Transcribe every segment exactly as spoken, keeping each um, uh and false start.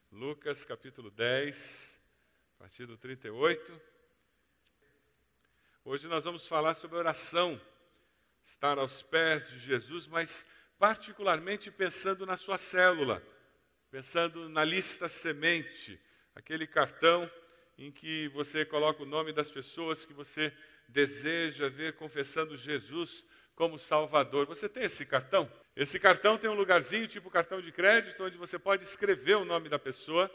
Lucas capítulo dez, a partir do trinta e oito. Hoje nós vamos falar sobre oração, estar aos pés de Jesus, mas particularmente pensando na sua célula, pensando na lista semente, aquele cartão em que você coloca o nome das pessoas que você deseja ver confessando Jesus como Salvador. Você tem esse cartão? Esse cartão tem um lugarzinho, tipo cartão de crédito, onde você pode escrever o nome da pessoa.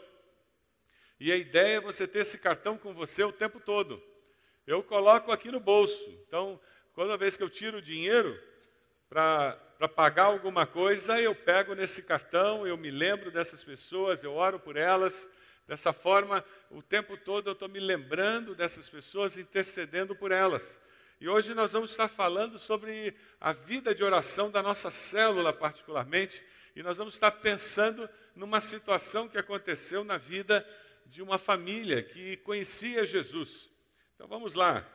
E a ideia é você ter esse cartão com você o tempo todo. Eu coloco aqui no bolso. Então, toda vez que eu tiro o dinheiro para pagar alguma coisa, eu pego nesse cartão, eu me lembro dessas pessoas, eu oro por elas. Dessa forma, o tempo todo eu estou me lembrando dessas pessoas, intercedendo por elas. E hoje nós vamos estar falando sobre a vida de oração da nossa célula particularmente, e nós vamos estar pensando numa situação que aconteceu na vida de uma família que conhecia Jesus. Então vamos lá,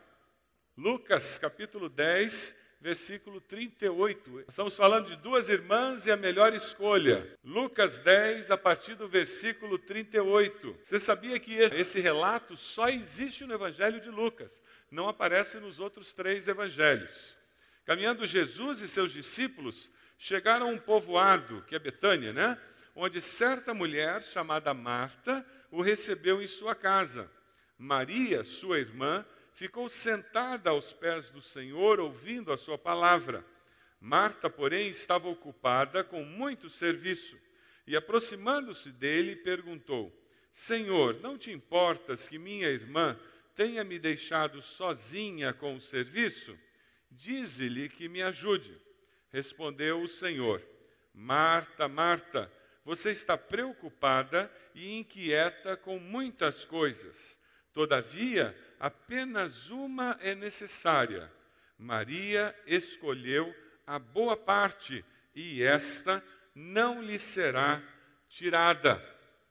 Lucas capítulo dez, versículo trinta e oito. Estamos falando de duas irmãs e a melhor escolha. Lucas dez, a partir do versículo trinta e oito. Você sabia que esse relato só existe no Evangelho de Lucas? Não aparece nos outros três evangelhos. Caminhando Jesus e seus discípulos, chegaram a um povoado, que é Betânia, né? Onde certa mulher, chamada Marta, o recebeu em sua casa. Maria, sua irmã, ficou sentada aos pés do Senhor, ouvindo a sua palavra. Marta, porém, estava ocupada com muito serviço. E, aproximando-se dele, perguntou: Senhor, não te importas que minha irmã tenha me deixado sozinha com o serviço? Dize-lhe que me ajude. Respondeu o Senhor: Marta, Marta, você está preocupada e inquieta com muitas coisas. Todavia, apenas uma é necessária. Maria escolheu a boa parte, e esta não lhe será tirada.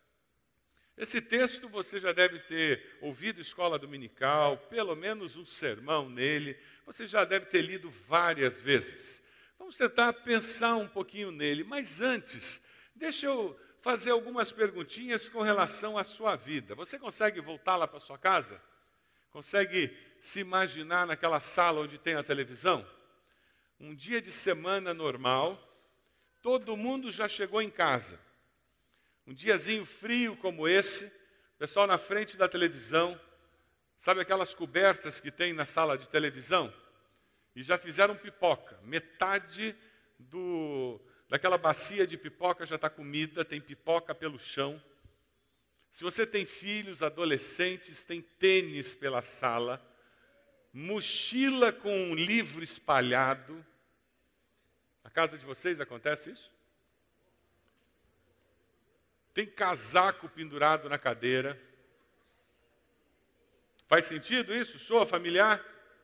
Esse texto você já deve ter ouvido escola dominical, pelo menos um sermão nele, você já deve ter lido várias vezes. Vamos tentar pensar um pouquinho nele, mas antes, deixa eu fazer algumas perguntinhas com relação à sua vida. Você consegue voltar lá para sua casa? Consegue se imaginar naquela sala onde tem a televisão? Um dia de semana normal, todo mundo já chegou em casa. Um diazinho frio como esse, o pessoal na frente da televisão, sabe aquelas cobertas que tem na sala de televisão? E já fizeram pipoca. Metade do, daquela bacia de pipoca já está comida, tem pipoca pelo chão. Se você tem filhos, adolescentes, tem tênis pela sala, mochila com um livro espalhado. Na casa de vocês acontece isso? Tem casaco pendurado na cadeira. Faz sentido isso? Soa familiar?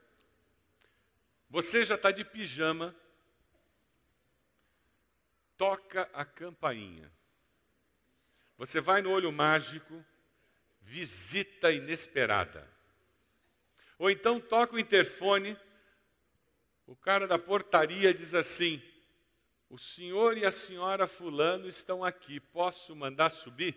Você já está de pijama. Toca a campainha. Você vai no olho mágico, visita inesperada. Ou então toca o interfone, o cara da portaria diz assim: o senhor e a senhora fulano estão aqui, posso mandar subir?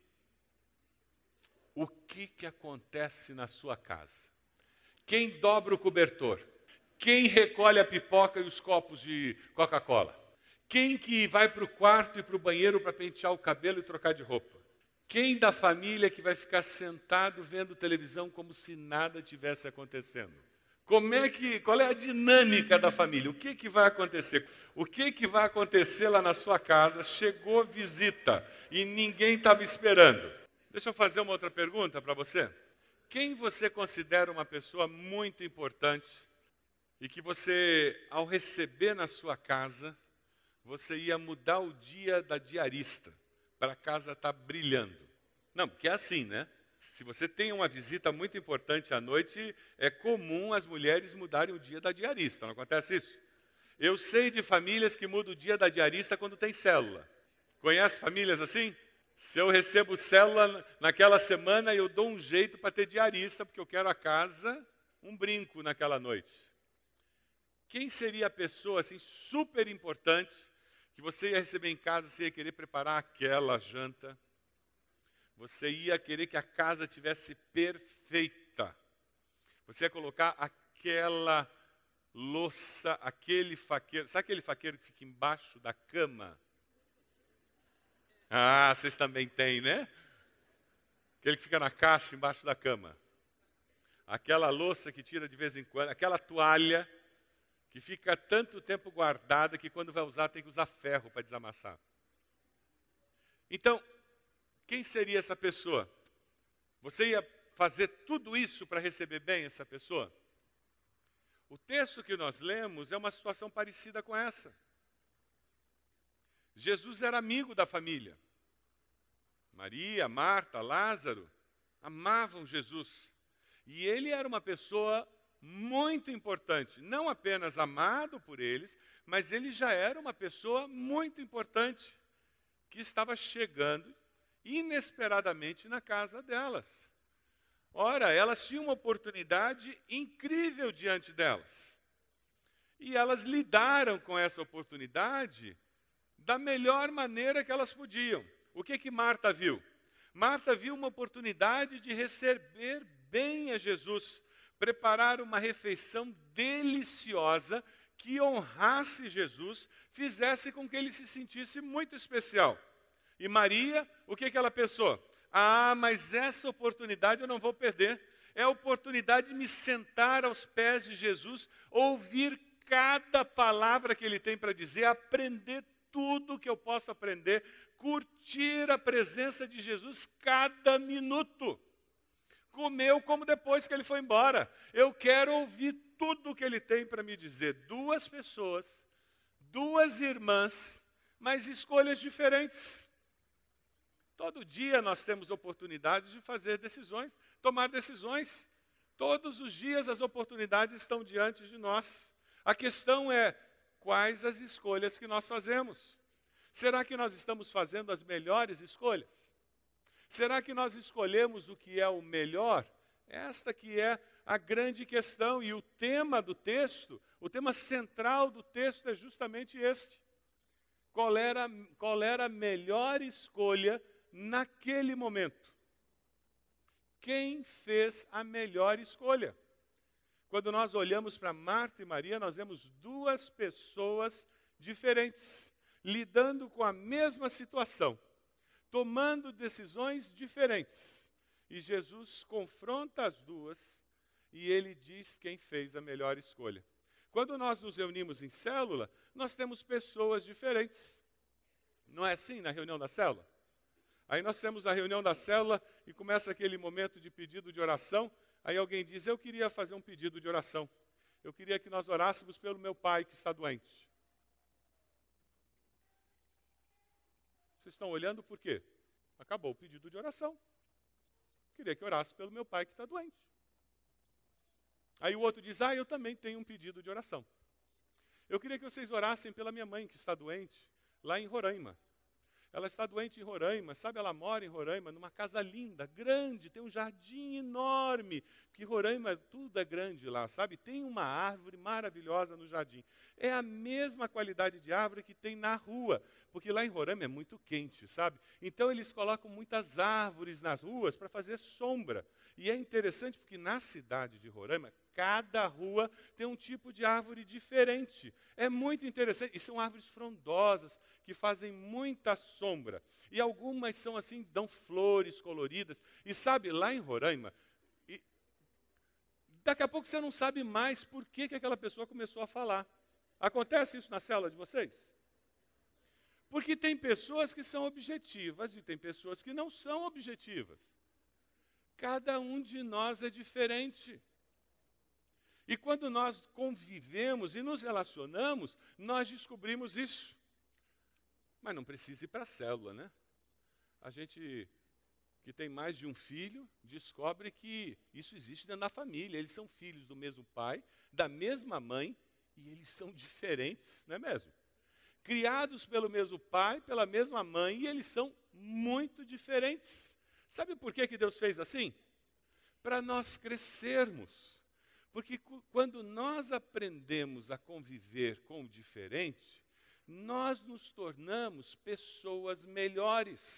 O que que acontece na sua casa? Quem dobra o cobertor? Quem recolhe a pipoca e os copos de Coca-Cola? Quem que vai para o quarto e para o banheiro para pentear o cabelo e trocar de roupa? Quem da família que vai ficar sentado vendo televisão como se nada tivesse acontecendo? Como é que, qual é a dinâmica da família? O que que vai acontecer? O que que vai acontecer lá na sua casa? Chegou visita e ninguém estava esperando. Deixa eu fazer uma outra pergunta para você. Quem você considera uma pessoa muito importante e que você, ao receber na sua casa, você ia mudar o dia da diarista para a casa estar brilhando? Não, porque é assim, né? Se você tem uma visita muito importante à noite, é comum as mulheres mudarem o dia da diarista, não acontece isso? Eu sei de famílias que mudam o dia da diarista quando tem célula. Conhece famílias assim? Se eu recebo célula naquela semana, eu dou um jeito para ter diarista, porque eu quero a casa um brinco naquela noite. Quem seria a pessoa assim super importante que você ia receber em casa, você ia querer preparar aquela janta? Você ia querer que a casa tivesse perfeita. Você ia colocar aquela louça, aquele faqueiro. Sabe aquele faqueiro que fica embaixo da cama? Ah, vocês também têm, né? Aquele que fica na caixa embaixo da cama. Aquela louça que tira de vez em quando, aquela toalha que fica tanto tempo guardada que quando vai usar tem que usar ferro para desamassar. Então, quem seria essa pessoa? Você ia fazer tudo isso para receber bem essa pessoa? O texto que nós lemos é uma situação parecida com essa. Jesus era amigo da família. Maria, Marta, Lázaro amavam Jesus. E ele era uma pessoa muito importante, não apenas amado por eles, mas ele já era uma pessoa muito importante, que estava chegando inesperadamente na casa delas. Ora, elas tinham uma oportunidade incrível diante delas. E elas lidaram com essa oportunidade da melhor maneira que elas podiam. O que que Marta viu? Marta viu uma oportunidade de receber bem a Jesus, preparar uma refeição deliciosa que honrasse Jesus, fizesse com que ele se sentisse muito especial. E Maria, o que que ela pensou? Ah, mas essa oportunidade eu não vou perder. É a oportunidade de me sentar aos pés de Jesus, ouvir cada palavra que ele tem para dizer, aprender tudo que eu posso aprender, curtir a presença de Jesus cada minuto. Comeu como depois que ele foi embora. Eu quero ouvir tudo o que ele tem para me dizer. Duas pessoas, duas irmãs, mas escolhas diferentes. Todo dia nós temos oportunidades de fazer decisões, tomar decisões. Todos os dias as oportunidades estão diante de nós. A questão é, quais as escolhas que nós fazemos? Será que nós estamos fazendo as melhores escolhas? Será que nós escolhemos o que é o melhor? Esta que é a grande questão. E o tema do texto, o tema central do texto é justamente este. Qual era, qual era a melhor escolha naquele momento? Quem fez a melhor escolha? Quando nós olhamos para Marta e Maria, nós vemos duas pessoas diferentes, lidando com a mesma situação, tomando decisões diferentes. E Jesus confronta as duas e ele diz quem fez a melhor escolha. Quando nós nos reunimos em célula, nós temos pessoas diferentes. Não é assim na reunião da célula? Aí nós temos a reunião da célula e começa aquele momento de pedido de oração. Aí alguém diz, eu queria fazer um pedido de oração. Eu queria que nós orássemos pelo meu pai que está doente. Vocês estão olhando por quê? Acabou o pedido de oração. Queria que orasse pelo meu pai que está doente. Aí o outro diz, ah, eu também tenho um pedido de oração. Eu queria que vocês orassem pela minha mãe que está doente, lá em Roraima. Ela está doente em Roraima, sabe? Ela mora em Roraima, numa casa linda, grande, tem um jardim enorme, que Roraima, tudo é grande lá, sabe? Tem uma árvore maravilhosa no jardim. É a mesma qualidade de árvore que tem na rua, porque lá em Roraima é muito quente, sabe? Então eles colocam muitas árvores nas ruas para fazer sombra. E é interessante porque na cidade de Roraima, cada rua tem um tipo de árvore diferente. É muito interessante. E são árvores frondosas, que fazem muita sombra. E algumas são assim, dão flores coloridas. E sabe, lá em Roraima, e daqui a pouco você não sabe mais por que, que aquela pessoa começou a falar. Acontece isso na célula de vocês? Porque tem pessoas que são objetivas e tem pessoas que não são objetivas. Cada um de nós é diferente. E quando nós convivemos e nos relacionamos, nós descobrimos isso. Mas não precisa ir para a célula, né? A gente que tem mais de um filho descobre que isso existe dentro da família. Eles são filhos do mesmo pai, da mesma mãe, e eles são diferentes, não é mesmo? Criados pelo mesmo pai, pela mesma mãe, e eles são muito diferentes. Sabe por que que Deus fez assim? Para nós crescermos. Porque quando nós aprendemos a conviver com o diferente, nós nos tornamos pessoas melhores.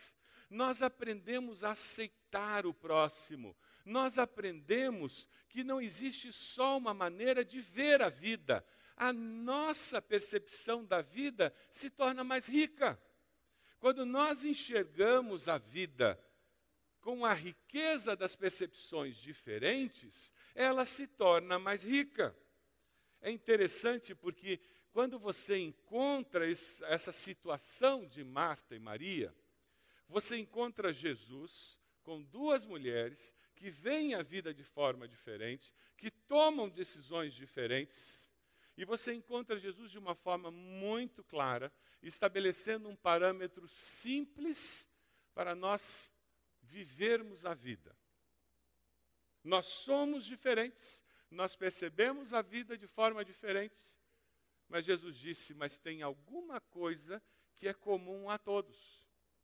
nós aprendemos a aceitar o próximo. Nós aprendemos que não existe só uma maneira de ver a vida. A nossa percepção da vida se torna mais rica. Quando nós enxergamos a vida com a riqueza das percepções diferentes, ela se torna mais rica. É interessante porque quando você encontra essa situação de Marta e Maria, você encontra Jesus com duas mulheres que veem a vida de forma diferente, que tomam decisões diferentes, e você encontra Jesus de uma forma muito clara, estabelecendo um parâmetro simples para nós vivermos a vida. Nós somos diferentes, nós percebemos a vida de forma diferente, mas Jesus disse, mas tem alguma coisa que é comum a todos.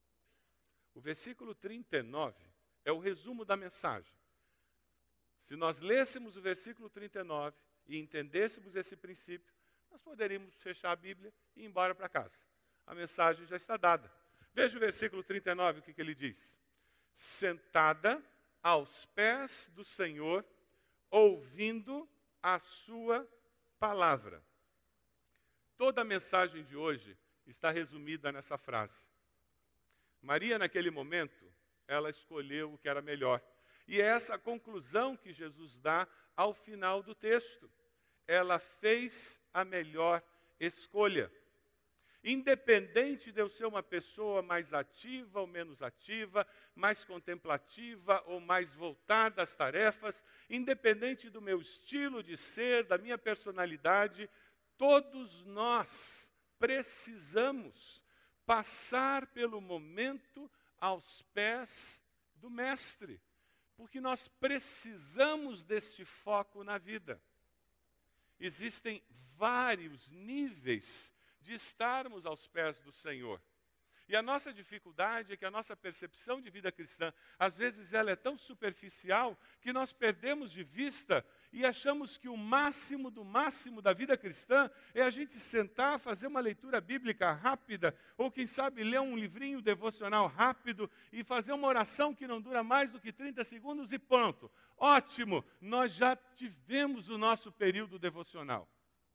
O versículo trinta e nove é o resumo da mensagem. Se nós lêssemos o versículo trinta e nove e entendêssemos esse princípio, nós poderíamos fechar a Bíblia e ir embora para casa. A mensagem já está dada. Veja o versículo trinta e nove, o que, que ele diz. Sentada aos pés do Senhor, ouvindo a sua palavra. Toda a mensagem de hoje está resumida nessa frase. Maria, naquele momento, ela escolheu o que era melhor. E é essa a conclusão que Jesus dá ao final do texto. Ela fez a melhor escolha. Independente de eu ser uma pessoa mais ativa ou menos ativa, mais contemplativa ou mais voltada às tarefas, independente do meu estilo de ser, da minha personalidade, todos nós precisamos passar pelo momento aos pés do Mestre, porque nós precisamos deste foco na vida. Existem vários níveis de estarmos aos pés do Senhor. E a nossa dificuldade é que a nossa percepção de vida cristã, às vezes ela é tão superficial que nós perdemos de vista e achamos que o máximo do máximo da vida cristã é a gente sentar, fazer uma leitura bíblica rápida, ou quem sabe ler um livrinho devocional rápido e fazer uma oração que não dura mais do que trinta segundos e pronto. Ótimo, nós já tivemos o nosso período devocional.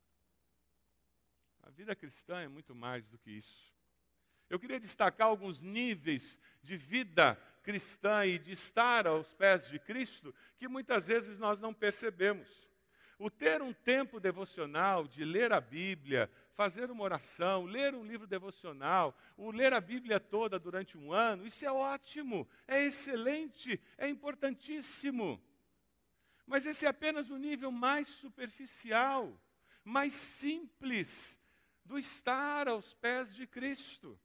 A vida cristã é muito mais do que isso. Eu queria destacar alguns níveis de vida cristã e de estar aos pés de Cristo que muitas vezes nós não percebemos. O ter um tempo devocional, de ler a Bíblia, fazer uma oração, ler um livro devocional, o ler a Bíblia toda durante um ano, isso é ótimo, é excelente, é importantíssimo. Mas esse é apenas o nível mais superficial, mais simples do estar aos pés de Cristo.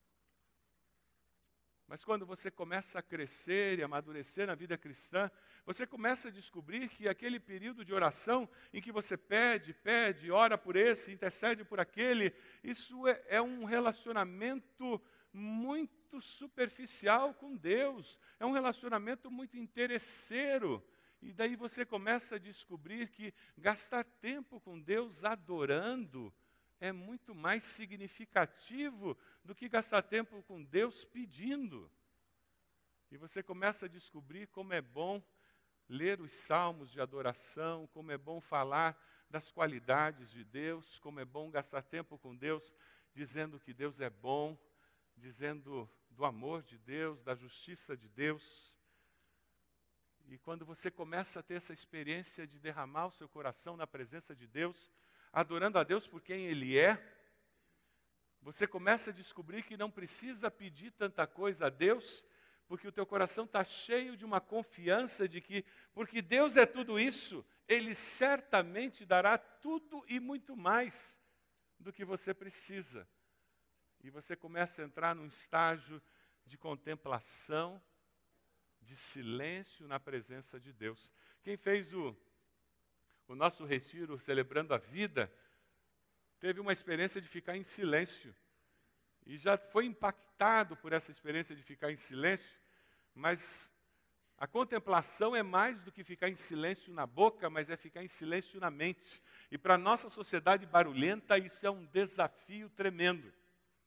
Mas quando você começa a crescer e amadurecer na vida cristã, você começa a descobrir que aquele período de oração em que você pede, pede, ora por esse, intercede por aquele, isso é, é um relacionamento muito superficial com Deus, é um relacionamento muito interesseiro. E daí você começa a descobrir que gastar tempo com Deus adorando é muito mais significativo do que gastar tempo com Deus pedindo. E você começa a descobrir como é bom ler os salmos de adoração, como é bom falar das qualidades de Deus, como é bom gastar tempo com Deus, dizendo que Deus é bom, dizendo do amor de Deus, da justiça de Deus. E quando você começa a ter essa experiência de derramar o seu coração na presença de Deus, adorando a Deus por quem Ele é, você começa a descobrir que não precisa pedir tanta coisa a Deus, porque o teu coração está cheio de uma confiança de que, porque Deus é tudo isso, Ele certamente dará tudo e muito mais do que você precisa. E você começa a entrar num estágio de contemplação, de silêncio na presença de Deus. Quem fez o O nosso retiro, celebrando a vida, teve uma experiência de ficar em silêncio. E já foi impactado por essa experiência de ficar em silêncio, mas a contemplação é mais do que ficar em silêncio na boca, mas é ficar em silêncio na mente. E para a nossa sociedade barulhenta, isso é um desafio tremendo.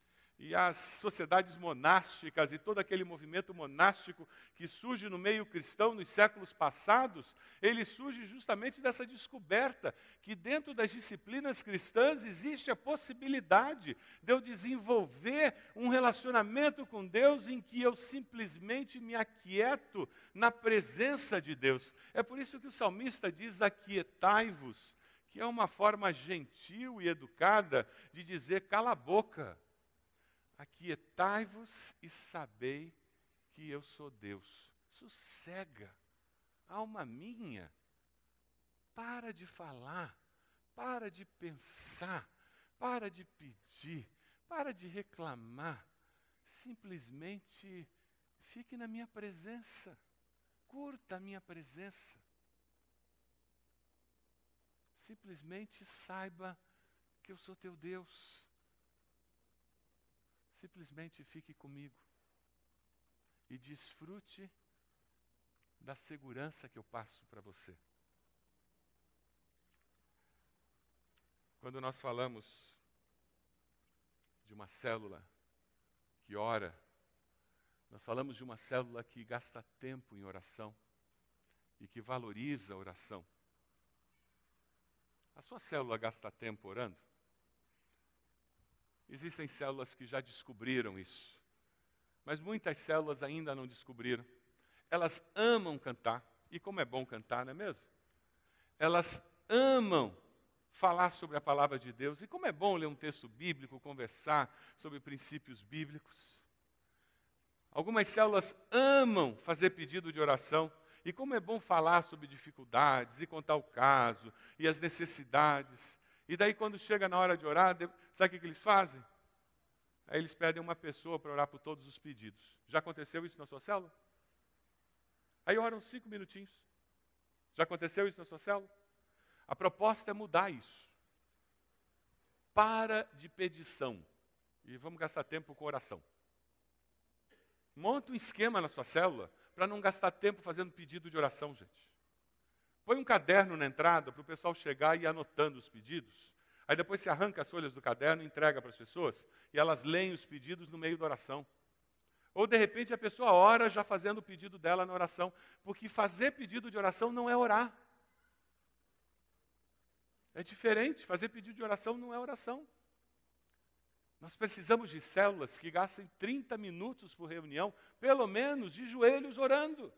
e as sociedades monásticas e todo aquele movimento monástico que surge no meio cristão nos séculos passados, ele surge justamente dessa descoberta que dentro das disciplinas cristãs existe a possibilidade de eu desenvolver um relacionamento com Deus em que eu simplesmente me aquieto na presença de Deus. É por isso que o salmista diz: aquietai-vos, que é uma forma gentil e educada de dizer cala a boca. Aquietai-vos e sabei que eu sou Deus. Sossega, alma minha, para de falar, para de pensar, para de pedir, para de reclamar. Simplesmente fique na minha presença, curta a minha presença. Simplesmente saiba que eu sou teu Deus. Simplesmente fique comigo e desfrute da segurança que eu passo para você. Quando nós falamos de uma célula que ora, nós falamos de uma célula que gasta tempo em oração e que valoriza a oração. A sua célula gasta tempo orando? Existem células que já descobriram isso, mas muitas células ainda não descobriram. Elas amam cantar, e como é bom cantar, não é mesmo? Elas amam falar sobre a palavra de Deus, e como é bom ler um texto bíblico, conversar sobre princípios bíblicos. Algumas células amam fazer pedido de oração, e como é bom falar sobre dificuldades, e contar o caso, e as necessidades. E daí quando chega na hora de orar, sabe o que eles fazem? Aí eles pedem uma pessoa para orar por todos os pedidos. Já aconteceu isso na sua célula? Aí oram cinco minutinhos. Já aconteceu isso na sua célula? A proposta é mudar isso. Para de pedição. E vamos gastar tempo com oração. Monta um esquema na sua célula para não gastar tempo fazendo pedido de oração, gente. Põe um caderno na entrada para o pessoal chegar e ir anotando os pedidos. Aí depois você arranca as folhas do caderno e entrega para as pessoas, e elas leem os pedidos no meio da oração. Ou, de repente, a pessoa ora já fazendo o pedido dela na oração, porque fazer pedido de oração não é orar. É diferente, fazer pedido de oração não é oração. Nós precisamos de células que gastem trinta minutos por reunião, pelo menos de joelhos orando.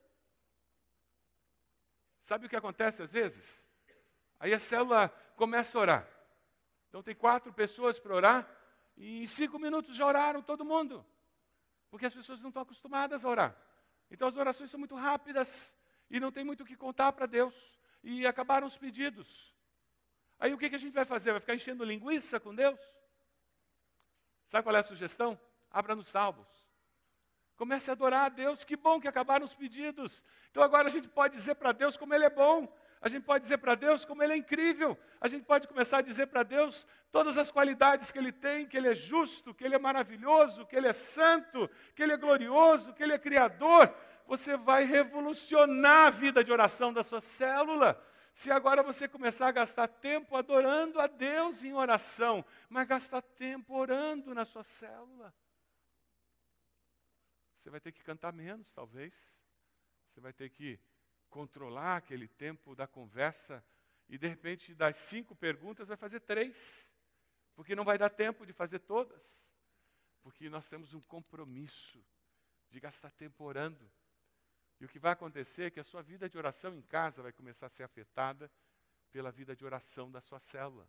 Sabe o que acontece às vezes? Aí a célula começa a orar. Então tem quatro pessoas para orar, e em cinco minutos já oraram todo mundo. Porque as pessoas não estão acostumadas a orar. Então as orações são muito rápidas, e não tem muito o que contar para Deus. E acabaram os pedidos. Aí o que, que a gente vai fazer? Vai ficar enchendo linguiça com Deus? Sabe qual é a sugestão? Abra nos Salmos. Comece a adorar a Deus. Que bom que acabaram os pedidos. Então agora a gente pode dizer para Deus como Ele é bom. A gente pode dizer para Deus como Ele é incrível. A gente pode começar a dizer para Deus todas as qualidades que Ele tem, que Ele é justo, que Ele é maravilhoso, que Ele é santo, que Ele é glorioso, que Ele é criador. Você vai revolucionar a vida de oração da sua célula. Se agora você começar a gastar tempo adorando a Deus em oração, mas gastar tempo orando na sua célula. Você vai ter que cantar menos, talvez. Você vai ter que controlar aquele tempo da conversa e, de repente, das cinco perguntas, vai fazer três. Porque não vai dar tempo de fazer todas. Porque nós temos um compromisso de gastar tempo orando. E o que vai acontecer é que a sua vida de oração em casa vai começar a ser afetada pela vida de oração da sua célula.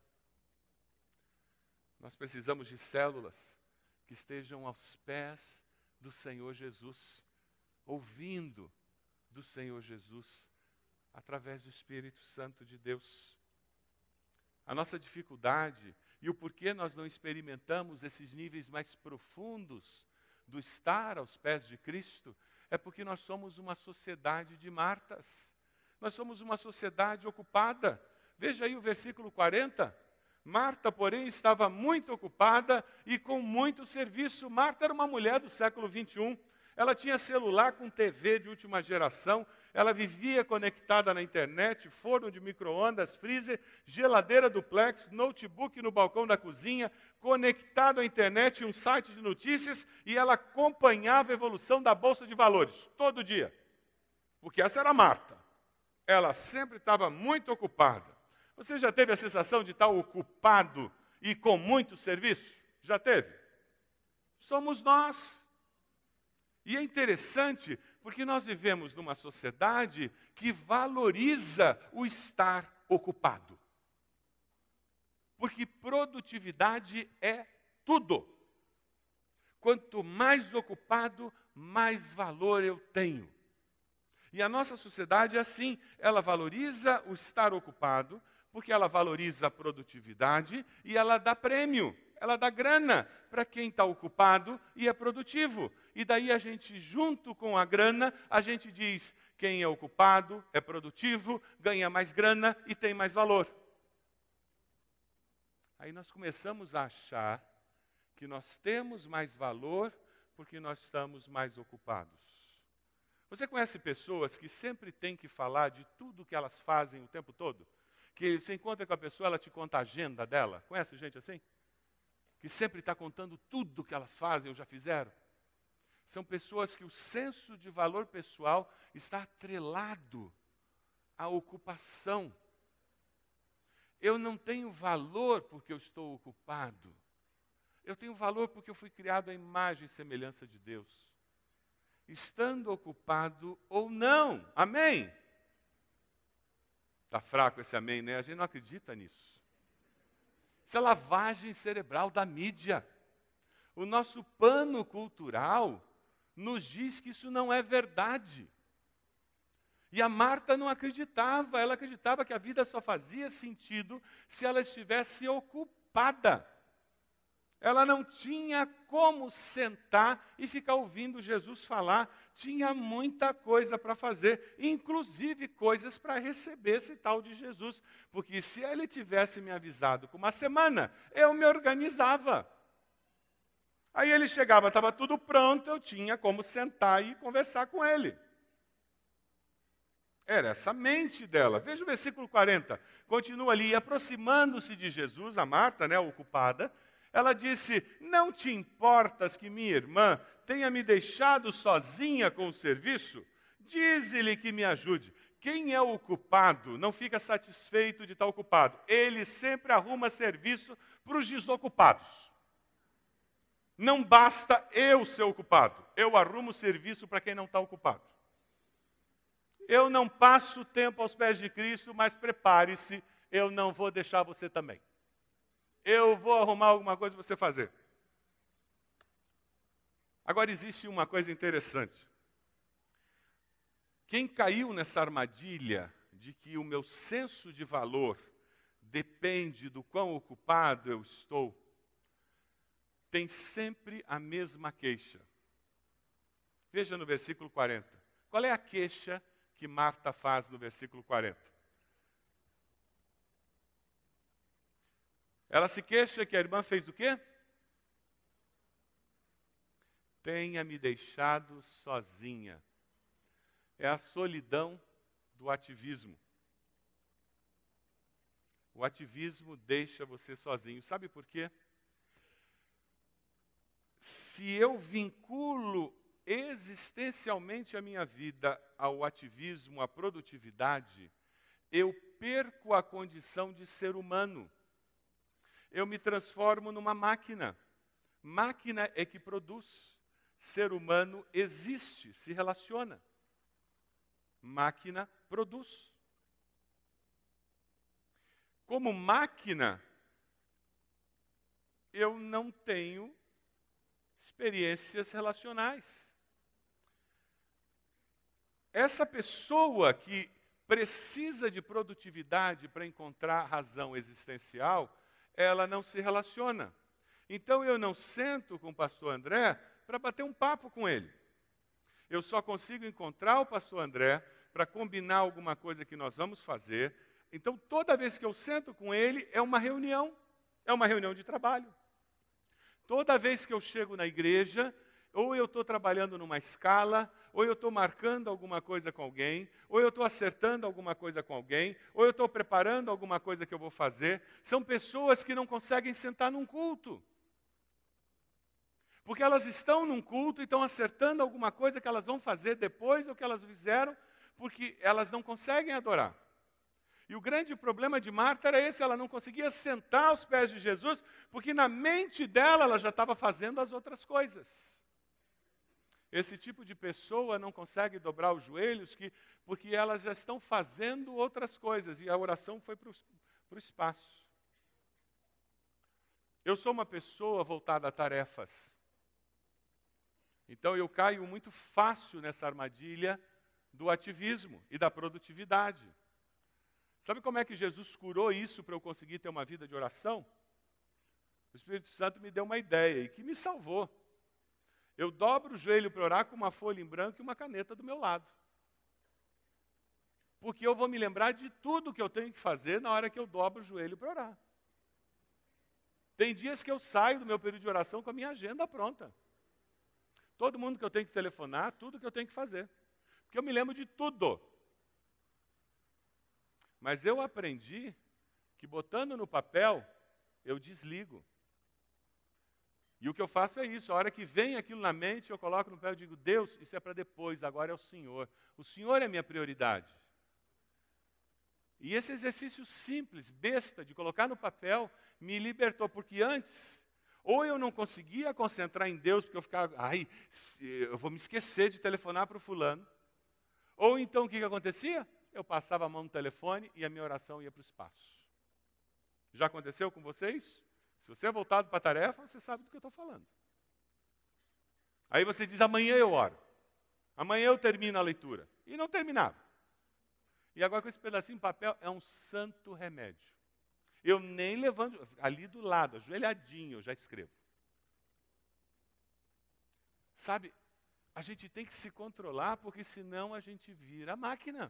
Nós precisamos de células que estejam aos pés do Senhor Jesus, ouvindo do Senhor Jesus, através do Espírito Santo de Deus. A nossa dificuldade e o porquê nós não experimentamos esses níveis mais profundos do estar aos pés de Cristo, é porque nós somos uma sociedade de Martas. Nós somos uma sociedade ocupada. Veja aí o versículo quarenta. Marta, porém, estava muito ocupada e com muito serviço. Marta era uma mulher do século vinte e um. Ela tinha celular com T V de última geração, ela vivia conectada na internet, forno de micro-ondas, freezer, geladeira duplex, notebook no balcão da cozinha, conectado à internet e um site de notícias, e ela acompanhava a evolução da Bolsa de Valores, todo dia. Porque essa era a Marta. Ela sempre estava muito ocupada. Você já teve a sensação de estar ocupado e com muito serviço? Já teve? Somos nós. E é interessante porque nós vivemos numa sociedade que valoriza o estar ocupado. Porque produtividade é tudo. Quanto mais ocupado, mais valor eu tenho. E a nossa sociedade é assim, ela valoriza o estar ocupado, porque ela valoriza a produtividade e ela dá prêmio, ela dá grana para quem está ocupado e é produtivo. E daí a gente, junto com a grana, a gente diz, quem é ocupado, é produtivo, ganha mais grana e tem mais valor. Aí nós começamos a achar que nós temos mais valor porque nós estamos mais ocupados. Você conhece pessoas que sempre têm que falar de tudo que elas fazem o tempo todo? Que você encontra com a pessoa, ela te conta a agenda dela. Conhece gente assim? Que sempre está contando tudo que elas fazem ou já fizeram. São pessoas que o senso de valor pessoal está atrelado à ocupação. Eu não tenho valor porque eu estou ocupado. Eu tenho valor porque eu fui criado à imagem e semelhança de Deus. Estando ocupado ou não. Amém? Está fraco esse amém, né? A gente não acredita nisso. Isso é lavagem cerebral da mídia. O nosso pano cultural nos diz que isso não é verdade. E a Marta não acreditava. Ela acreditava que a vida só fazia sentido se ela estivesse ocupada. Ela não tinha como sentar e ficar ouvindo Jesus falar. Tinha muita coisa para fazer, inclusive coisas para receber esse tal de Jesus. Porque se ele tivesse me avisado com uma semana, eu me organizava. Aí ele chegava, estava tudo pronto, eu tinha como sentar e conversar com ele. Era essa a mente dela. Veja o versículo quarenta. Continua ali, aproximando-se de Jesus, a Marta, né, ocupada, ela disse, não te importas que minha irmã tenha me deixado sozinha com o serviço? Dize-lhe que me ajude. Quem é ocupado não fica satisfeito de estar ocupado. Ele sempre arruma serviço para os desocupados. Não basta eu ser ocupado. Eu arrumo serviço para quem não está ocupado. Eu não passo tempo aos pés de Cristo, mas prepare-se, eu não vou deixar você também. Eu vou arrumar alguma coisa para você fazer. Agora, existe uma coisa interessante. Quem caiu nessa armadilha de que o meu senso de valor depende do quão ocupado eu estou, tem sempre a mesma queixa. Veja no versículo quarenta. Qual é a queixa que Marta faz no versículo quarenta? Ela se queixa que a irmã fez o quê? Tenha me deixado sozinha. É a solidão do ativismo. O ativismo deixa você sozinho. Sabe por quê? Se eu vinculo existencialmente a minha vida ao ativismo, à produtividade, eu perco a condição de ser humano. Eu me transformo numa máquina. Máquina é que produz. Ser humano existe, se relaciona. Máquina produz. Como máquina, eu não tenho experiências relacionais. Essa pessoa que precisa de produtividade para encontrar razão existencial, ela não se relaciona. Então eu não sento com o pastor André para bater um papo com ele. Eu só consigo encontrar o pastor André para combinar alguma coisa que nós vamos fazer. Então toda vez que eu sento com ele, é uma reunião. É uma reunião de trabalho. Toda vez que eu chego na igreja, ou eu estou trabalhando numa escala, ou eu estou marcando alguma coisa com alguém, ou eu estou acertando alguma coisa com alguém, ou eu estou preparando alguma coisa que eu vou fazer. São pessoas que não conseguem sentar num culto. Porque elas estão num culto e estão acertando alguma coisa que elas vão fazer depois ou que elas fizeram, porque elas não conseguem adorar. E o grande problema de Marta era esse, ela não conseguia sentar aos pés de Jesus, porque na mente dela ela já estava fazendo as outras coisas. Esse tipo de pessoa não consegue dobrar os joelhos, que, porque elas já estão fazendo outras coisas, e a oração foi para o espaço. Eu sou uma pessoa voltada a tarefas. Então eu caio muito fácil nessa armadilha do ativismo e da produtividade. Sabe como é que Jesus curou isso para eu conseguir ter uma vida de oração? O Espírito Santo me deu uma ideia e que me salvou. Eu dobro o joelho para orar com uma folha em branco e uma caneta do meu lado. Porque eu vou me lembrar de tudo que eu tenho que fazer na hora que eu dobro o joelho para orar. Tem dias que eu saio do meu período de oração com a minha agenda pronta. Todo mundo que eu tenho que telefonar, tudo que eu tenho que fazer. Porque eu me lembro de tudo. Mas eu aprendi que botando no papel, eu desligo. E o que eu faço é isso, a hora que vem aquilo na mente, eu coloco no papel e digo, Deus, isso é para depois, agora é o Senhor. O Senhor é minha prioridade. E esse exercício simples, besta, de colocar no papel, me libertou, porque antes, ou eu não conseguia concentrar em Deus, porque eu ficava, ai, eu vou me esquecer de telefonar para o fulano. Ou então o que, que acontecia? Eu passava a mão no telefone e a minha oração ia para o espaço. Já aconteceu com vocês? Se você é voltado para a tarefa, você sabe do que eu estou falando. Aí você diz, amanhã eu oro. Amanhã eu termino a leitura. E não terminava. E agora com esse pedacinho de papel, é um santo remédio. Eu nem levanto, ali do lado, ajoelhadinho, eu já escrevo. Sabe, a gente tem que se controlar, porque senão a gente vira máquina.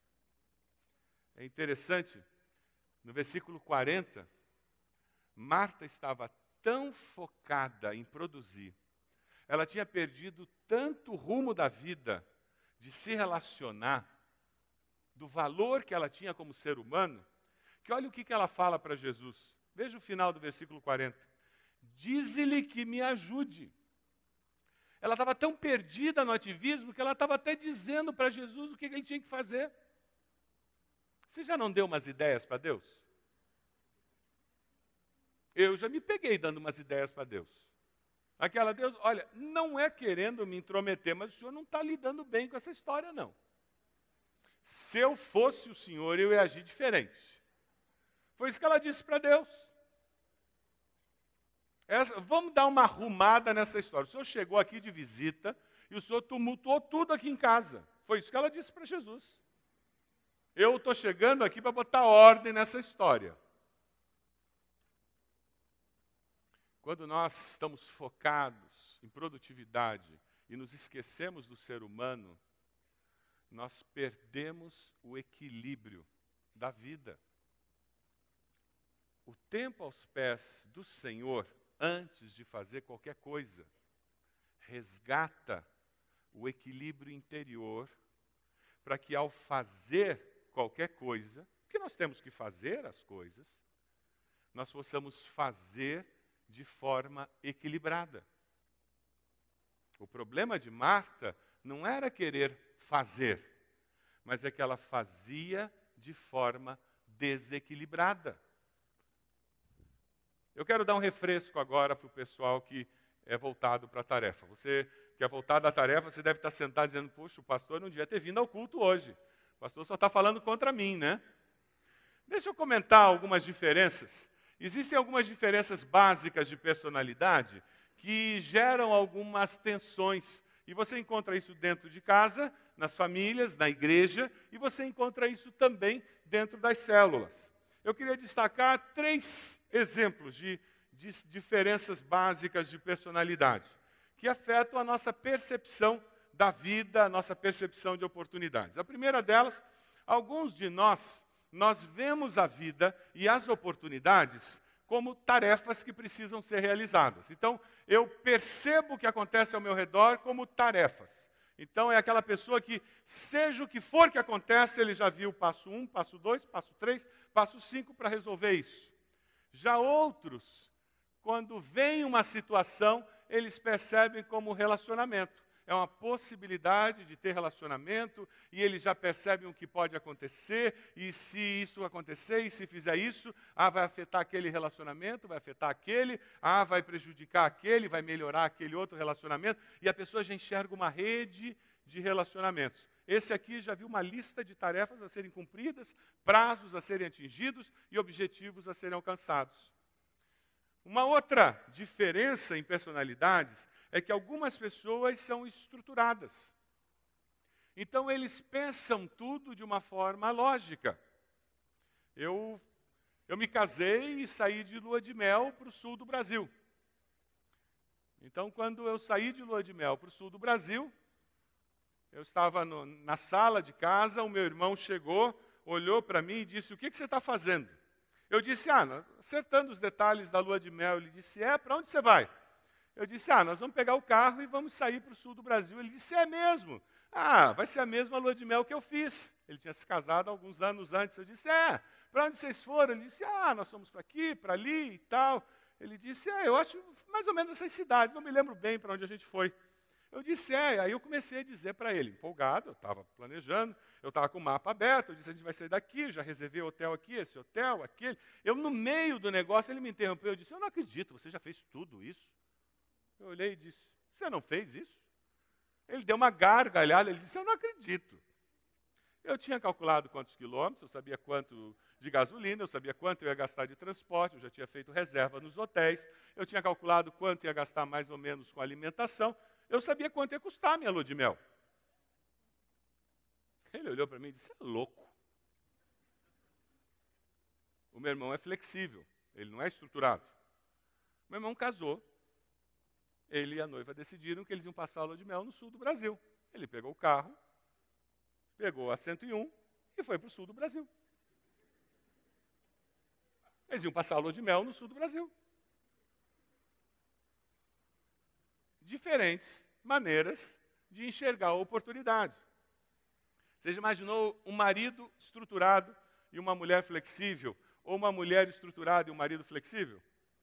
É interessante, no versículo quarenta, Marta estava tão focada em produzir, ela tinha perdido tanto o rumo da vida, de se relacionar, do valor que ela tinha como ser humano, que olha o que, que ela fala para Jesus. Veja o final do versículo quarenta. Dize-lhe que me ajude. Ela estava tão perdida no ativismo que ela estava até dizendo para Jesus o que, que ele tinha que fazer. Você já não deu umas ideias para Deus? Eu já me peguei dando umas ideias para Deus. Aquela, Deus, olha, não é querendo me intrometer, mas o Senhor não está lidando bem com essa história, não. Se eu fosse o Senhor, eu ia agir diferente. Foi isso que ela disse para Deus. Essa, vamos dar uma arrumada nessa história. O Senhor chegou aqui de visita e o Senhor tumultuou tudo aqui em casa. Foi isso que ela disse para Jesus. Eu estou chegando aqui para botar ordem nessa história. Quando nós estamos focados em produtividade e nos esquecemos do ser humano, nós perdemos o equilíbrio da vida. O tempo aos pés do Senhor, antes de fazer qualquer coisa, resgata o equilíbrio interior, para que ao fazer qualquer coisa, porque nós temos que fazer as coisas, nós possamos fazer de forma equilibrada. O problema de Marta não era querer fazer, mas é que ela fazia de forma desequilibrada. Eu quero dar um refresco agora para o pessoal que é voltado para a tarefa. Você que é voltado à tarefa, você deve estar sentado dizendo, puxa, o pastor não devia ter vindo ao culto hoje. O pastor só está falando contra mim, né? Deixa eu comentar algumas diferenças. Existem algumas diferenças básicas de personalidade que geram algumas tensões. E você encontra isso dentro de casa, nas famílias, na igreja, e você encontra isso também dentro das células. Eu queria destacar três exemplos de, de diferenças básicas de personalidade, que afetam a nossa percepção da vida, a nossa percepção de oportunidades. A primeira delas, alguns de nós, nós vemos a vida e as oportunidades como tarefas que precisam ser realizadas. Então, eu percebo o que acontece ao meu redor como tarefas. Então, é aquela pessoa que, seja o que for que acontece, ele já viu passo um, passo dois, passo três, passo cinco para resolver isso. Já outros, quando vem uma situação, eles percebem como relacionamento. É uma possibilidade de ter relacionamento, e eles já percebem o que pode acontecer, e se isso acontecer, e se fizer isso, ah, vai afetar aquele relacionamento, vai afetar aquele, ah, vai prejudicar aquele, vai melhorar aquele outro relacionamento, e a pessoa já enxerga uma rede de relacionamentos. Esse aqui já viu uma lista de tarefas a serem cumpridas, prazos a serem atingidos e objetivos a serem alcançados. Uma outra diferença em personalidades é que algumas pessoas são estruturadas. Então, eles pensam tudo de uma forma lógica. Eu, eu me casei e saí de lua de mel para o sul do Brasil. Então, quando eu saí de lua de mel para o sul do Brasil, eu estava no, na sala de casa, o meu irmão chegou, olhou para mim e disse, o que, que você está fazendo? Eu disse, ah, acertando os detalhes da lua de mel. Ele disse, é, para onde você vai? Eu disse, ah, nós vamos pegar o carro e vamos sair para o sul do Brasil. Ele disse, é mesmo? Ah, vai ser a mesma lua de mel que eu fiz. Ele tinha se casado alguns anos antes. Eu disse, é, para onde vocês foram? Ele disse, ah, nós fomos para aqui, para ali e tal. Ele disse, é, eu acho mais ou menos essas cidades, não me lembro bem para onde a gente foi. Eu disse, é, aí eu comecei a dizer para ele, empolgado, eu estava planejando, eu estava com o mapa aberto, eu disse, a gente vai sair daqui, já reservei o hotel aqui, esse hotel, aquele. Eu, no meio do negócio, ele me interrompeu, eu disse, eu não acredito, você já fez tudo isso? Eu olhei e disse, você não fez isso? Ele deu uma gargalhada, ele disse, eu não acredito. Eu tinha calculado quantos quilômetros, eu sabia quanto de gasolina, eu sabia quanto eu ia gastar de transporte, eu já tinha feito reserva nos hotéis, eu tinha calculado quanto ia gastar mais ou menos com alimentação, eu sabia quanto ia custar a minha lua de mel. Ele olhou para mim e disse, é louco. O meu irmão é flexível, ele não é estruturado. Meu irmão casou, ele e a noiva decidiram que eles iam passar a lua de mel no sul do Brasil. Ele pegou o carro, pegou a cento e um e foi para o sul do Brasil. Eles iam passar a lua de mel no sul do Brasil. Diferentes maneiras de enxergar a oportunidade. Você já imaginou um marido estruturado e uma mulher flexível? Ou uma mulher estruturada e um marido flexível?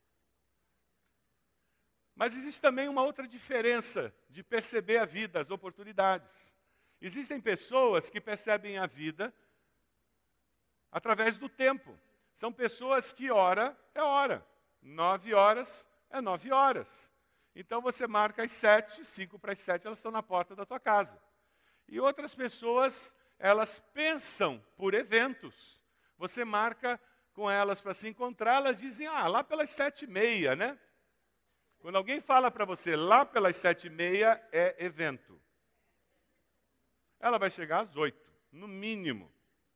Mas existe também uma outra diferença de perceber a vida, as oportunidades. Existem pessoas que percebem a vida através do tempo. São pessoas que hora é hora, nove horas é nove horas. Então você marca às sete, cinco para as sete, elas estão na porta da tua casa. E outras pessoas, elas pensam por eventos. Você marca com elas para se encontrar, elas dizem, ah, lá pelas sete e meia, né? Quando alguém fala para você, lá pelas sete e meia é evento. Ela vai chegar às oito, no mínimo.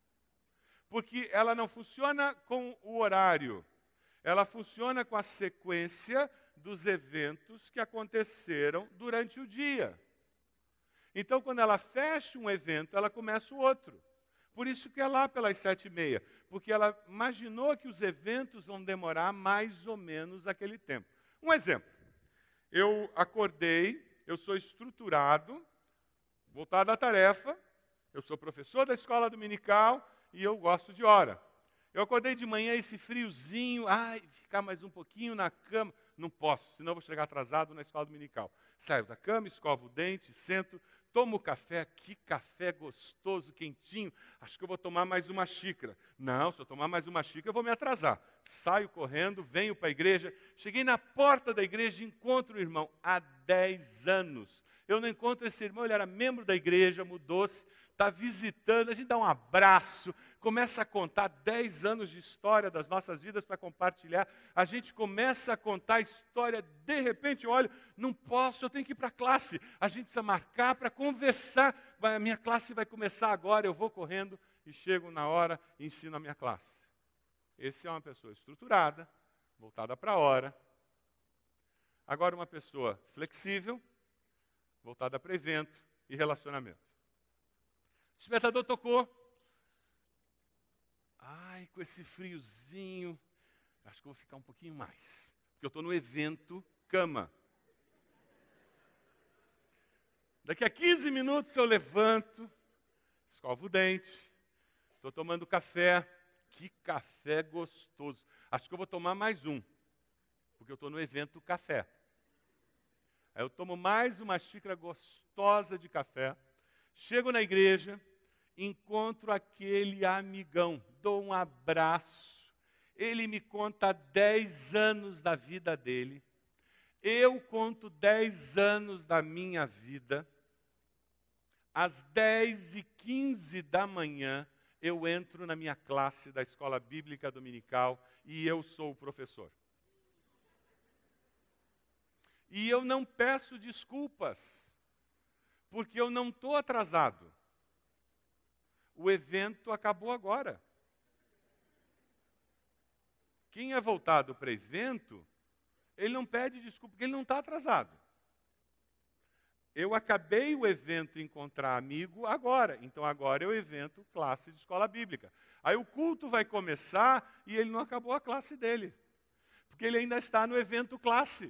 Porque ela não funciona com o horário. Ela funciona com a sequência dos eventos que aconteceram durante o dia. Então, quando ela fecha um evento, ela começa o outro. Por isso que é lá pelas sete e meia. Porque ela imaginou que os eventos vão demorar mais ou menos aquele tempo. Um exemplo. Eu acordei, eu sou estruturado, voltado à tarefa, eu sou professor da escola dominical e eu gosto de hora. Eu acordei de manhã, esse friozinho, ai, ficar mais um pouquinho na cama. Não posso, senão eu vou chegar atrasado na escola dominical. Saio da cama, escovo o dente, sento, tomo café, que café gostoso, quentinho. Acho que eu vou tomar mais uma xícara. Não, se eu tomar mais uma xícara, eu vou me atrasar. Saio correndo, venho para a igreja. Cheguei na porta da igreja e encontro o irmão há dez anos. Eu não encontro esse irmão, ele era membro da igreja, mudou-se, está visitando, a gente dá um abraço, começa a contar dez anos de história das nossas vidas para compartilhar. A gente começa a contar a história, de repente eu olho, não posso, eu tenho que ir para a classe. A gente precisa marcar para conversar. A minha classe vai começar agora, eu vou correndo e chego na hora e ensino a minha classe. Esse é uma pessoa estruturada, voltada para a hora. Agora uma pessoa flexível, voltada para evento e relacionamento. O despertador tocou. Ai, com esse friozinho. Acho que eu vou ficar um pouquinho mais, porque eu estou no evento cama. Daqui a quinze minutos eu levanto, escovo o dente, estou tomando café. Que café gostoso. Acho que eu vou tomar mais um, porque eu estou no evento café. Aí eu tomo mais uma xícara gostosa de café, chego na igreja, encontro aquele amigão, dou um abraço, ele me conta dez anos da vida dele, eu conto dez anos da minha vida, às dez e quinze da manhã, eu entro na minha classe da escola bíblica dominical e eu sou o professor. E eu não peço desculpas, porque eu não estou atrasado. O evento acabou agora. Quem é voltado para evento, ele não pede desculpa, porque ele não está atrasado. Eu acabei o evento encontrar amigo agora, então agora é o evento classe de escola bíblica. Aí o culto vai começar e ele não acabou a classe dele, porque ele ainda está no evento classe.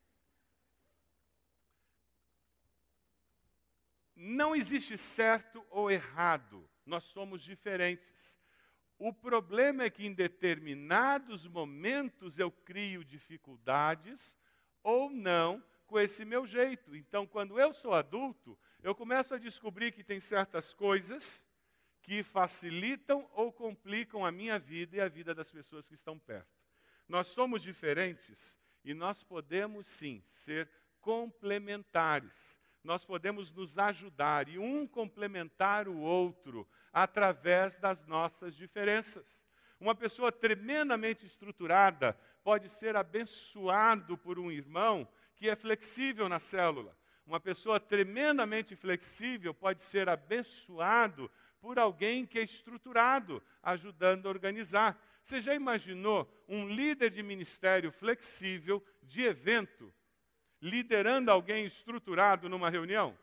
Não existe certo ou errado, nós somos diferentes. O problema é que em determinados momentos eu crio dificuldades ou não com esse meu jeito. Então, quando eu sou adulto, eu começo a descobrir que tem certas coisas que facilitam ou complicam a minha vida e a vida das pessoas que estão perto. Nós somos diferentes e nós podemos sim ser complementares. Nós podemos nos ajudar e um complementar o outro através das nossas diferenças. Uma pessoa tremendamente estruturada pode ser abençoado por um irmão que é flexível na célula. Uma pessoa tremendamente flexível pode ser abençoado por alguém que é estruturado, ajudando a organizar. Você já imaginou um líder de ministério flexível, de evento, liderando alguém estruturado numa reunião?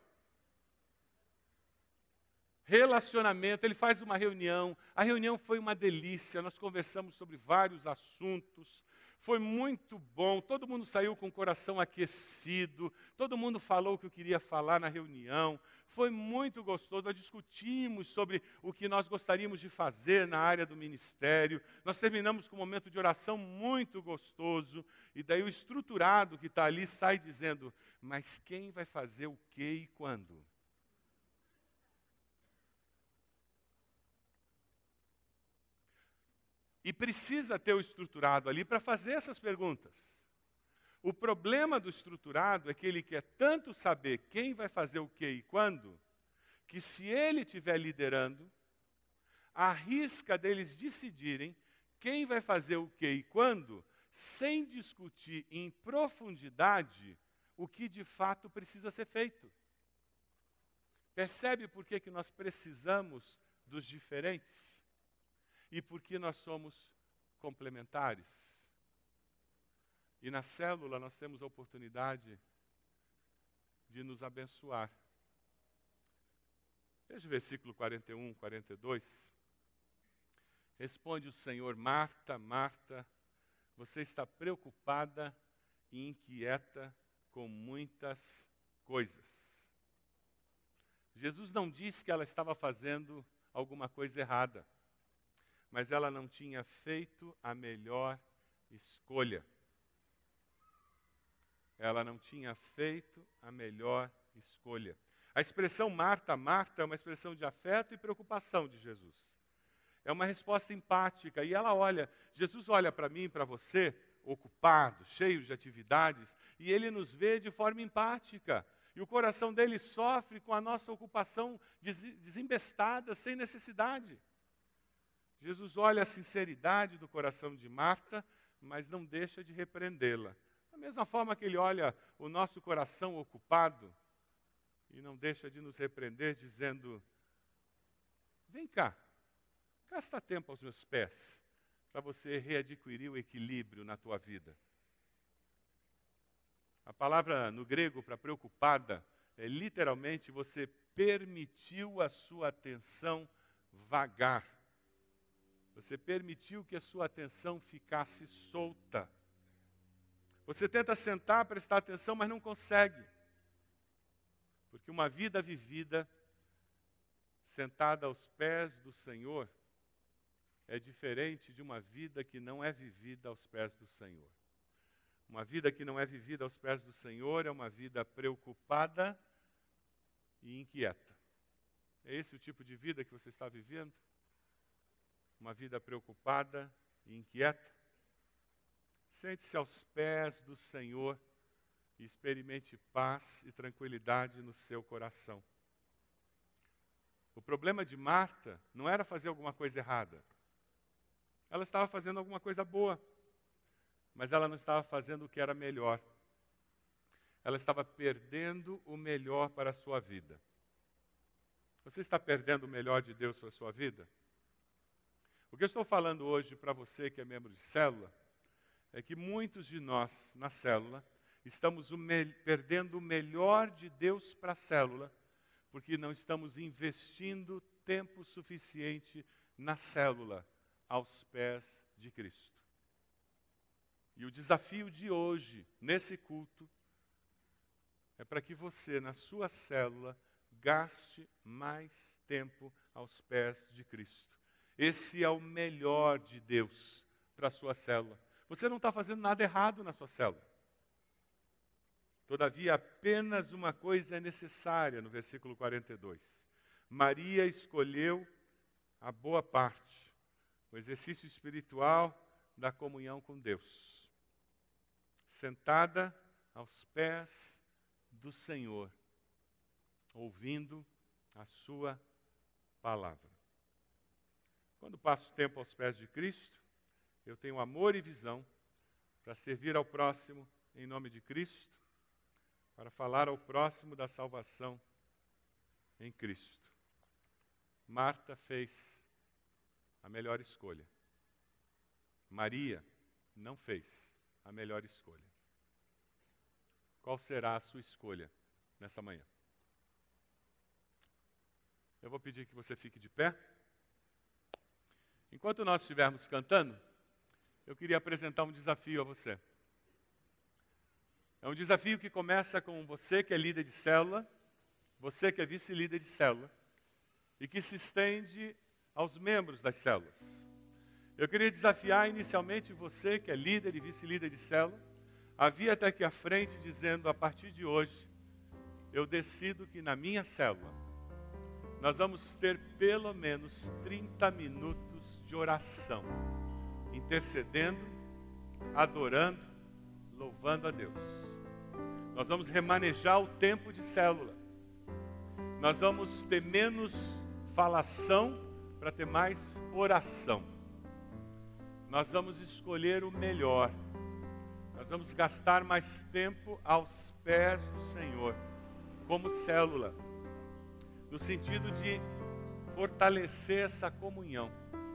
Relacionamento, ele faz uma reunião, a reunião foi uma delícia, nós conversamos sobre vários assuntos, foi muito bom, todo mundo saiu com o coração aquecido, todo mundo falou o que eu queria falar na reunião, foi muito gostoso, nós discutimos sobre o que nós gostaríamos de fazer na área do ministério, nós terminamos com um momento de oração muito gostoso, e daí o estruturado que está ali sai dizendo, mas quem vai fazer o quê e quando? E precisa ter o estruturado ali para fazer essas perguntas. O problema do estruturado é que ele quer tanto saber quem vai fazer o quê e quando, que se ele estiver liderando, arrisca deles decidirem quem vai fazer o quê e quando, sem discutir em profundidade o que de fato precisa ser feito. Percebe por que que nós precisamos dos diferentes? E por que nós somos complementares? E na célula nós temos a oportunidade de nos abençoar. Veja o versículo quarenta e um, quarenta e dois. Responde o Senhor, Marta, Marta, você está preocupada e inquieta com muitas coisas. Jesus não disse que ela estava fazendo alguma coisa errada, mas ela não tinha feito a melhor escolha. Ela não tinha feito a melhor escolha. A expressão Marta, Marta é uma expressão de afeto e preocupação de Jesus. É uma resposta empática. E ela olha, Jesus olha para mim e para você, ocupado, cheio de atividades, e ele nos vê de forma empática. E o coração dele sofre com a nossa ocupação desembestada, sem necessidade. Jesus olha a sinceridade do coração de Marta, mas não deixa de repreendê-la. Da mesma forma que ele olha o nosso coração ocupado e não deixa de nos repreender, dizendo, vem cá, gasta tempo aos meus pés, para você readquirir o equilíbrio na tua vida. A palavra no grego para preocupada é literalmente você permitiu a sua atenção vagar. Você permitiu que a sua atenção ficasse solta. Você tenta sentar, prestar atenção, mas não consegue. Porque uma vida vivida, sentada aos pés do Senhor, é diferente de uma vida que não é vivida aos pés do Senhor. Uma vida que não é vivida aos pés do Senhor é uma vida preocupada e inquieta. É esse o tipo de vida que você está vivendo? Uma vida preocupada e inquieta? Sente-se aos pés do Senhor e experimente paz e tranquilidade no seu coração. O problema de Marta não era fazer alguma coisa errada. Ela estava fazendo alguma coisa boa, mas ela não estava fazendo o que era melhor. Ela estava perdendo o melhor para a sua vida. Você está perdendo o melhor de Deus para a sua vida? O que eu estou falando hoje para você que é membro de célula, é que muitos de nós, na célula, estamos o me- perdendo o melhor de Deus para a célula, porque não estamos investindo tempo suficiente na célula, aos pés de Cristo. E o desafio de hoje, nesse culto, é para que você, na sua célula, gaste mais tempo aos pés de Cristo. Esse é o melhor de Deus para a sua célula. Você não está fazendo nada errado na sua célula. Todavia, apenas uma coisa é necessária, no versículo quarenta e dois. Maria escolheu a boa parte, o exercício espiritual da comunhão com Deus. Sentada aos pés do Senhor, ouvindo a sua palavra. Quando passo tempo aos pés de Cristo, eu tenho amor e visão para servir ao próximo em nome de Cristo, para falar ao próximo da salvação em Cristo. Marta fez a melhor escolha. Maria não fez a melhor escolha. Qual será a sua escolha nessa manhã? Eu vou pedir que você fique de pé. Enquanto nós estivermos cantando, eu queria apresentar um desafio a você. É um desafio que começa com você que é líder de célula, você que é vice-líder de célula, e que se estende aos membros das células. Eu queria desafiar inicialmente você que é líder e vice-líder de célula, a vir até aqui à frente dizendo, a partir de hoje, eu decido que na minha célula, nós vamos ter pelo menos trinta minutos de oração, intercedendo, adorando, louvando a Deus. Nós vamos remanejar o tempo de célula. Nós vamos ter menos falação para ter mais oração. Nós vamos escolher o melhor. Nós vamos gastar mais tempo aos pés do Senhor, como célula, no sentido de fortalecer essa comunhão.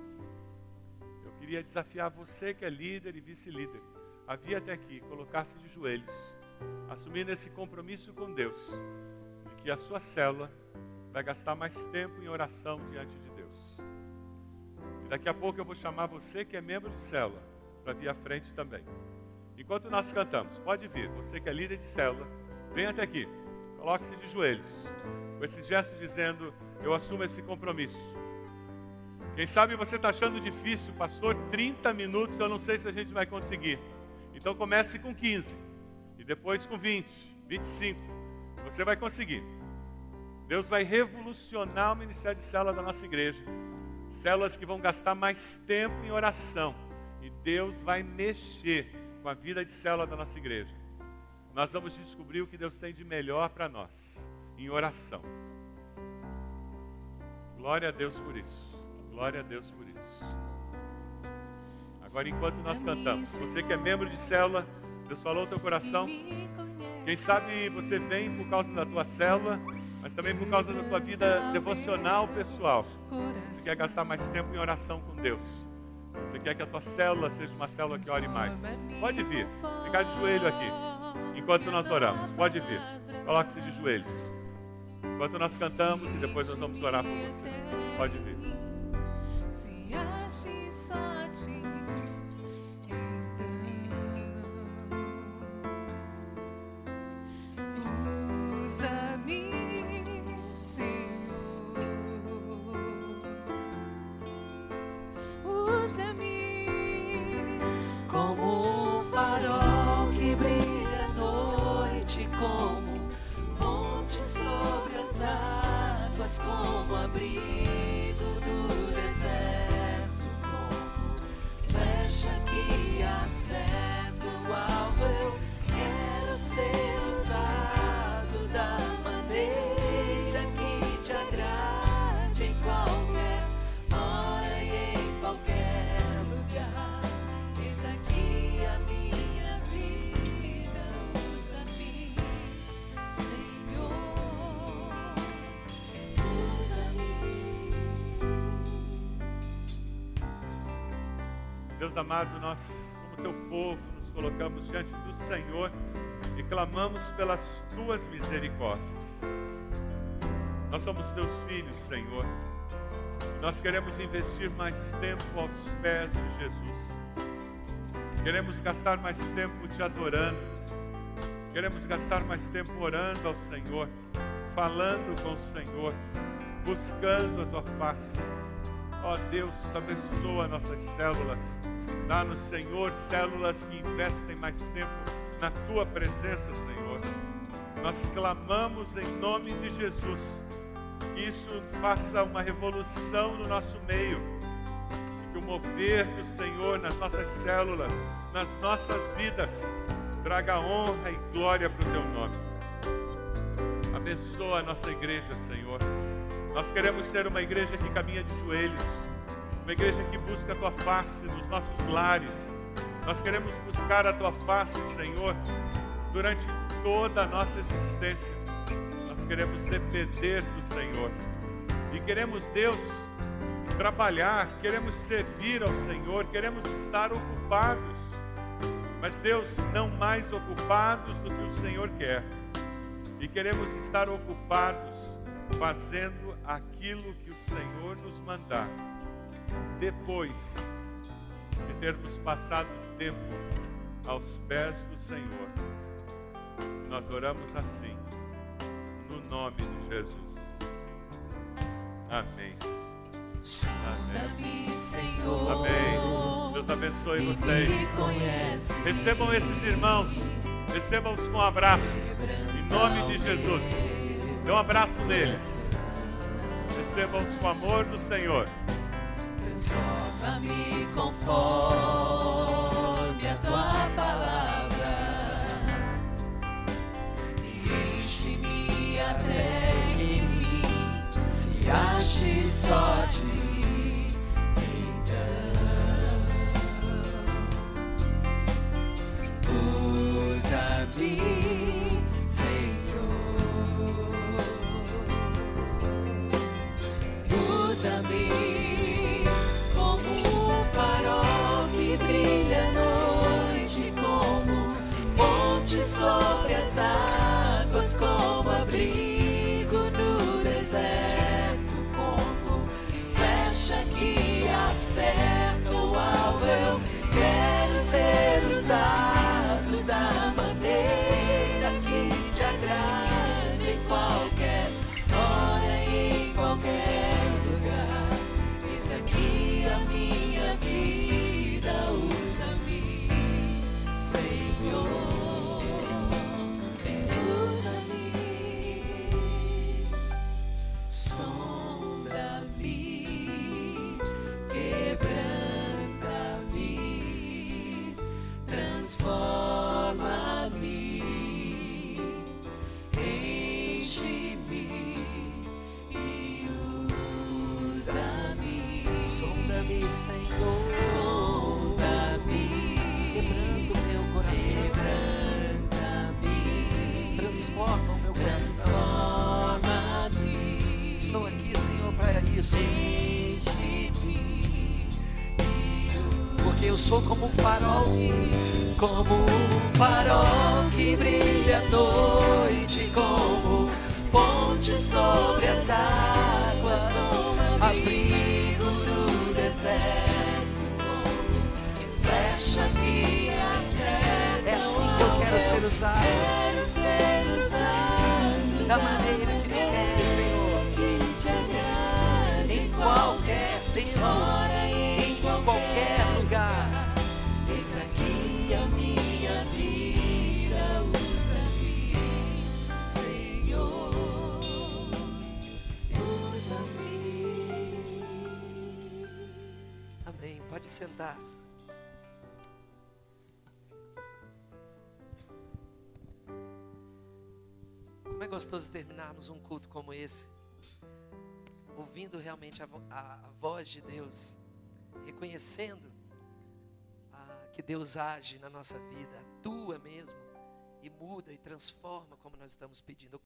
Eu queria desafiar você que é líder e vice-líder, a vir até aqui, colocar-se de joelhos, assumindo esse compromisso com Deus, de que a sua célula vai gastar mais tempo em oração diante de Deus. E daqui a pouco eu vou chamar você que é membro de célula, para vir à frente também. Enquanto nós cantamos, pode vir, você que é líder de célula, vem até aqui, coloque-se de joelhos, com esse gesto dizendo, eu assumo esse compromisso. Quem sabe você está achando difícil, pastor, trinta minutos, eu não sei se a gente vai conseguir. Então comece com quinze, e depois com vinte, vinte e cinco, você vai conseguir. Deus vai revolucionar o ministério de célula da nossa igreja. Células que vão gastar mais tempo em oração. E Deus vai mexer com a vida de célula da nossa igreja. Nós vamos descobrir o que Deus tem de melhor para nós, em oração. Glória a Deus por isso. Glória a Deus por isso. Agora, enquanto nós cantamos, você que é membro de célula, Deus falou no teu coração. Quem sabe você vem por causa da tua célula, mas também por causa da tua vida devocional pessoal. Você quer gastar mais tempo em oração com Deus. Você quer que a tua célula seja uma célula que ore mais. Pode vir, ficar de joelho aqui, enquanto nós oramos. Pode vir, coloque-se de joelhos. Enquanto nós cantamos e depois nós vamos orar por você. Pode vir. ache só a ti. Então, usa-me, Senhor. Usa-me como um farol que brilha à noite, como ponte sobre as águas, como abrigo no deserto, como flecha que acerta o alvo. Eu quero ser usado da maneira que te agrade, em qualquer hora e em qualquer lugar. Eis aqui a minha vida, usa-me, Senhor, usa-me. Deus amado, nós, como teu povo, nos colocamos diante do Senhor e clamamos pelas tuas misericórdias. Nós somos teus filhos, Senhor. Nós queremos investir mais tempo aos pés de Jesus. Queremos gastar mais tempo te adorando. Queremos gastar mais tempo orando ao Senhor, falando com o Senhor, buscando a tua face. Ó Deus, abençoa nossas células. Dá-nos, Senhor, células que investem mais tempo na tua presença, Senhor. Nós clamamos em nome de Jesus que isso faça uma revolução no nosso meio, e que o mover do Senhor nas nossas células, nas nossas vidas, traga honra e glória para o teu nome. Abençoa a nossa igreja, Senhor. Nós queremos ser uma igreja que caminha de joelhos, uma igreja que busca a tua face nos nossos lares. Nós queremos buscar a tua face, Senhor, durante toda a nossa existência. Nós queremos depender do Senhor e queremos, Deus, trabalhar, queremos servir ao Senhor, queremos estar ocupados, mas, Deus, não mais ocupados do que o Senhor quer, e queremos estar ocupados fazendo aquilo que o Senhor nos mandar, depois de termos passado tempo aos pés do Senhor. Nós oramos assim, no nome de Jesus. Amém. Sonda-me, Senhor. Amém. Deus abençoe E vocês. me conhece. Recebam esses irmãos, recebam-os com um abraço, em nome de Jesus. Dê um abraço neles. Recebam-os com o amor do Senhor. Transforma-me conforme a tua palavra e enche-me até que em mim se ache só ti. Então, usa-me, Senhor, usa-me como um farol que brilha à noite, como ponte sobre as águas, como abrigo no deserto, como flecha que acerta o alvo. Eu quero ser usado da maneira que te agrade, em qualquer hora e em qualquer lugar. Eis aqui a minha vida, usa-me, Senhor, usa-me, sonda-me, quebranta-me, transforma-me, enche-me e usa-me. Sonda-me, Senhor, sonda-me, quebrando meu coração, quebranta-me, transforma o meu coração, transforma-me. Estou aqui, Senhor, para isso. Enche-me, porque eu sou como um farol, como um farol que brilha à noite, como ponte sobre as águas, abrigo no deserto. cego, flecha que acerta. É assim que eu quero ser usado. Quero ser usado Da maneira que tu queres, Senhor. que te agrade, Em qualquer tempo, hora e em qualquer lugar. Eis aqui a minha vida, usa-me, Senhor, usa-me. Amém. Pode sentar. Como é gostoso terminarmos um culto como esse, ouvindo realmente a, vo- a- a voz de Deus, reconhecendo ah, que Deus age na nossa vida, atua mesmo, e muda e transforma como nós estamos pedindo.